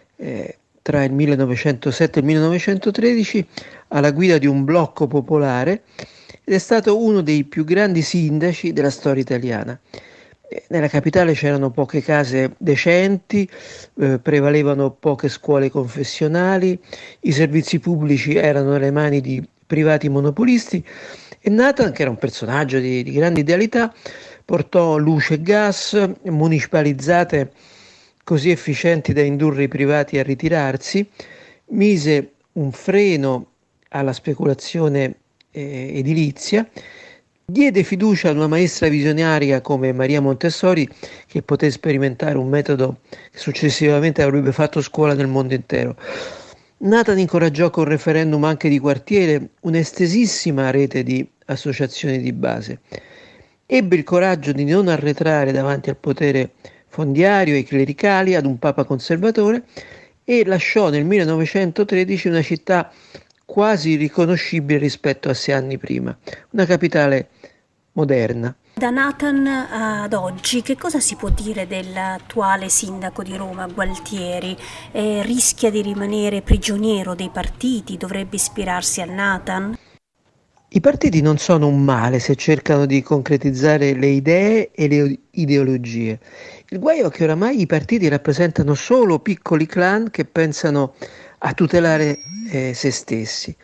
tra il 1907 e il 1913 alla guida di un blocco popolare ed è stato uno dei più grandi sindaci della storia italiana. Nella capitale c'erano poche case decenti, prevalevano poche scuole confessionali, i servizi pubblici erano nelle mani di privati monopolisti e Nathan, che era un personaggio di grande idealità, portò luce e gas municipalizzate così efficienti da indurre i privati a ritirarsi, mise un freno alla speculazione edilizia, diede fiducia a una maestra visionaria come Maria Montessori, che poté sperimentare un metodo che successivamente avrebbe fatto scuola nel mondo intero. Nathan incoraggiò con referendum anche di quartiere un'estesissima rete di associazioni di base. Ebbe il coraggio di non arretrare davanti al potere fondiario e ai clericali, ad un papa conservatore, e lasciò nel 1913 una città quasi irriconoscibile rispetto a 6 anni prima, una capitale moderna. Da Nathan ad oggi, che cosa si può dire dell'attuale sindaco di Roma, Gualtieri? Rischia di rimanere prigioniero dei partiti? Dovrebbe ispirarsi a Nathan? I partiti non sono un male se cercano di concretizzare le idee e le ideologie. Il guaio è che oramai i partiti rappresentano solo piccoli clan che pensano a tutelare se stessi.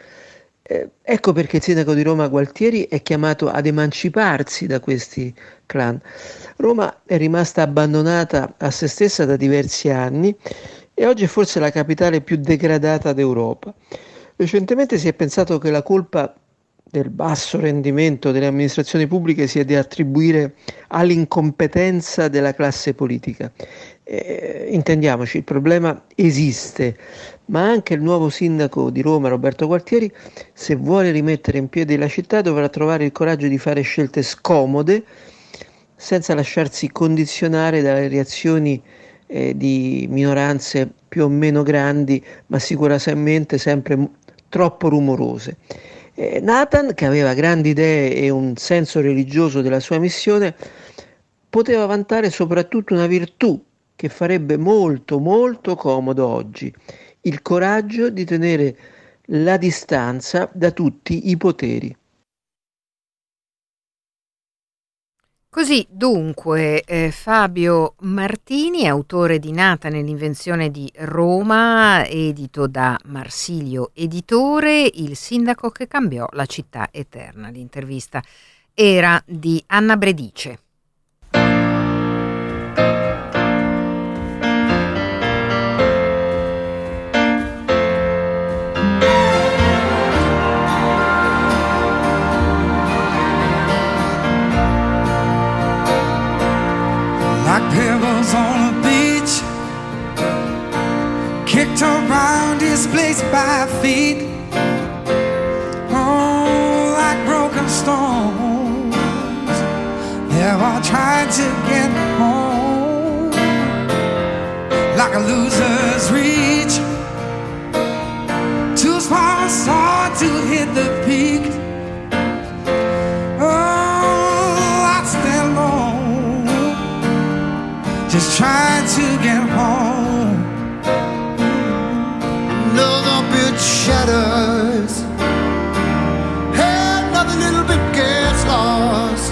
Ecco perché il sindaco di Roma Gualtieri è chiamato ad emanciparsi da questi clan. Roma è rimasta abbandonata a se stessa da diversi anni e oggi è forse la capitale più degradata d'Europa. Recentemente si è pensato che la colpa del basso rendimento delle amministrazioni pubbliche sia da attribuire all'incompetenza della classe politica. Intendiamoci, il problema esiste, ma anche il nuovo sindaco di Roma, Roberto Gualtieri, se vuole rimettere in piedi la città, dovrà trovare il coraggio di fare scelte scomode senza lasciarsi condizionare dalle reazioni di minoranze più o meno grandi, ma sicuramente sempre troppo rumorose. Nathan, che aveva grandi idee e un senso religioso della sua missione, poteva vantare soprattutto una virtù che farebbe molto molto comodo oggi: il coraggio di tenere la distanza da tutti i poteri. Così dunque Fabio Martini, autore di Nathan e l'invenzione di Roma, edito da Marsilio Editore, il sindaco che cambiò la città eterna. L'intervista era di Anna Bredice. Like pebbles on a beach, kicked around, displaced by feet. Oh, like broken stones, they're all trying to get home. Like a loser's reach, too small a sword to hit the peak. Just trying to get home. Another bit shatters, another little bit gets lost.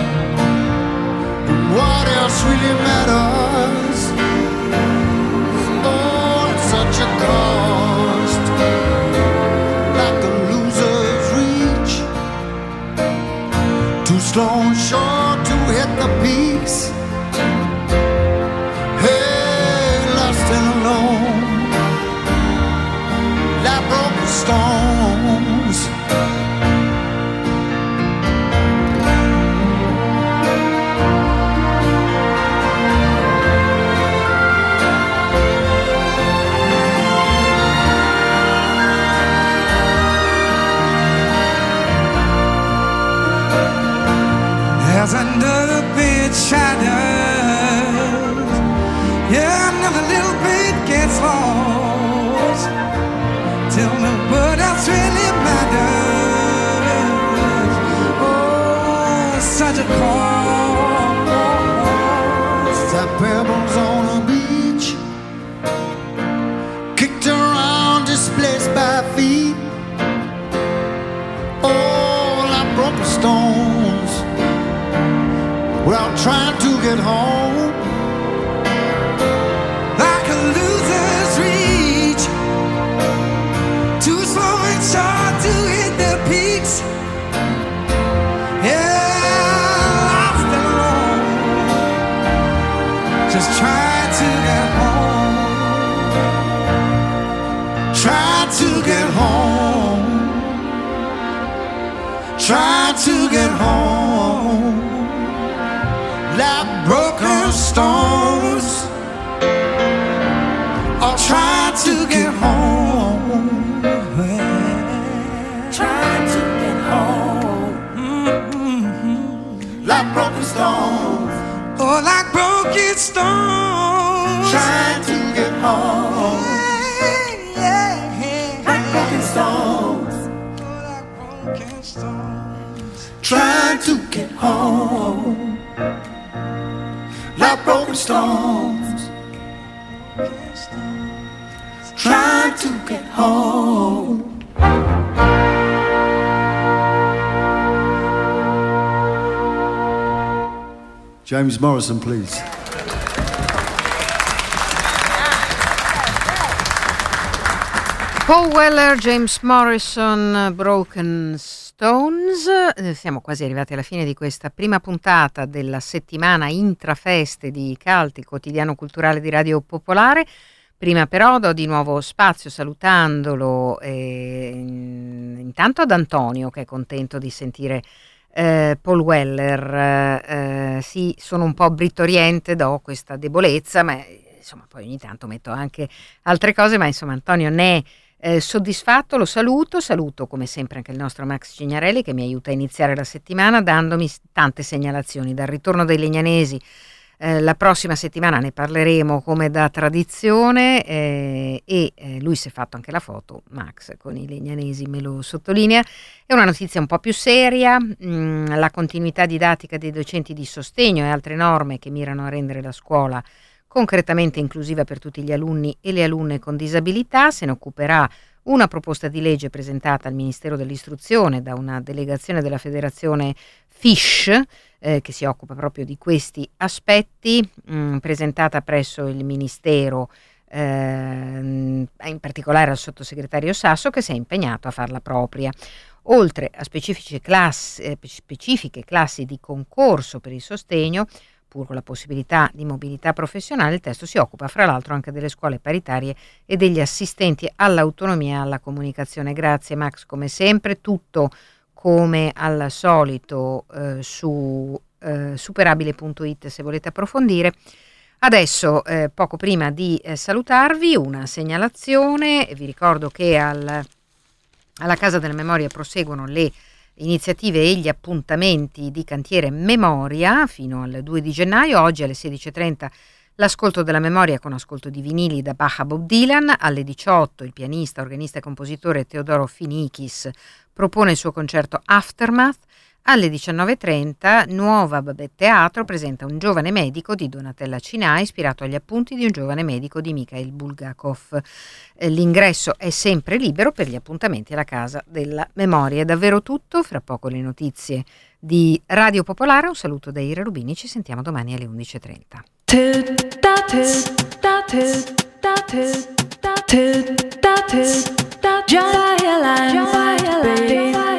What else really matters? Oh, at such a cost. Like a loser's reach, too slow and short to hit the peaks. Alone, like broken stones. There's another bit shattered, yeah, another little bit gets lost. Tell me what else really matters. Oh, such a cost. Like pebbles on a beach, kicked around, displaced by feet. Oh, like broken stones. Well, trying to get home. Like a loser's reach, too slow and short to hit the peaks. Yeah, lost and alone, just trying to get home. Try to get home. Try to get home. Like broken stones. I'll try to get home. Try to get home. Like broken stones. Oh, like broken stones. Try to get home. Like broken stones. Try to get home. Like broken stones. Try to get home. James Morrison, please. Paul Weller, James Morrison, Broken Stones. Siamo quasi arrivati alla fine di questa prima puntata della settimana intrafeste di Cult, il quotidiano culturale di Radio Popolare. Prima però do di nuovo spazio, salutandolo, intanto ad Antonio, che è contento di sentire Paul Weller. Sì, sono un po' brittoriente, do questa debolezza, ma insomma poi ogni tanto metto anche altre cose, ma insomma Antonio ne Soddisfatto, lo saluto come sempre anche il nostro Max Cignarelli che mi aiuta a iniziare la settimana dandomi tante segnalazioni dal ritorno dei legnanesi. La prossima settimana ne parleremo come da tradizione e lui si è fatto anche la foto, Max, con i legnanesi, me lo sottolinea. È una notizia un po' più seria, la continuità didattica dei docenti di sostegno e altre norme che mirano a rendere la scuola concretamente inclusiva per tutti gli alunni e le alunne con disabilità. Se ne occuperà una proposta di legge presentata al Ministero dell'Istruzione da una delegazione della Federazione FISH, che si occupa proprio di questi aspetti, presentata presso il Ministero, in particolare al sottosegretario Sasso, che si è impegnato a farla propria. Oltre a specifiche classi di concorso per il sostegno, pur con la possibilità di mobilità professionale, il testo si occupa fra l'altro anche delle scuole paritarie e degli assistenti all'autonomia e alla comunicazione. Grazie Max, come sempre, tutto come al solito su superabile.it se volete approfondire. Adesso, poco prima di salutarvi, una segnalazione. Vi ricordo che alla Casa della Memoria proseguono le iniziative e gli appuntamenti di cantiere Memoria fino al 2 di gennaio. Oggi alle 16:30 l'ascolto della memoria con ascolto di vinili da Bach a Bob Dylan. Alle 18 il pianista, organista e compositore Teodoro Finikis propone il suo concerto Aftermath. Alle 19:30 Nuova Babette Teatro presenta Un giovane medico di Donatella Cinà, ispirato agli appunti di un giovane medico di Mikhail Bulgakov. L'ingresso è sempre libero per gli appuntamenti alla Casa della Memoria. È davvero tutto, fra poco le notizie di Radio Popolare. Un saluto da Ira Rubini, ci sentiamo domani alle 11:30. Joy,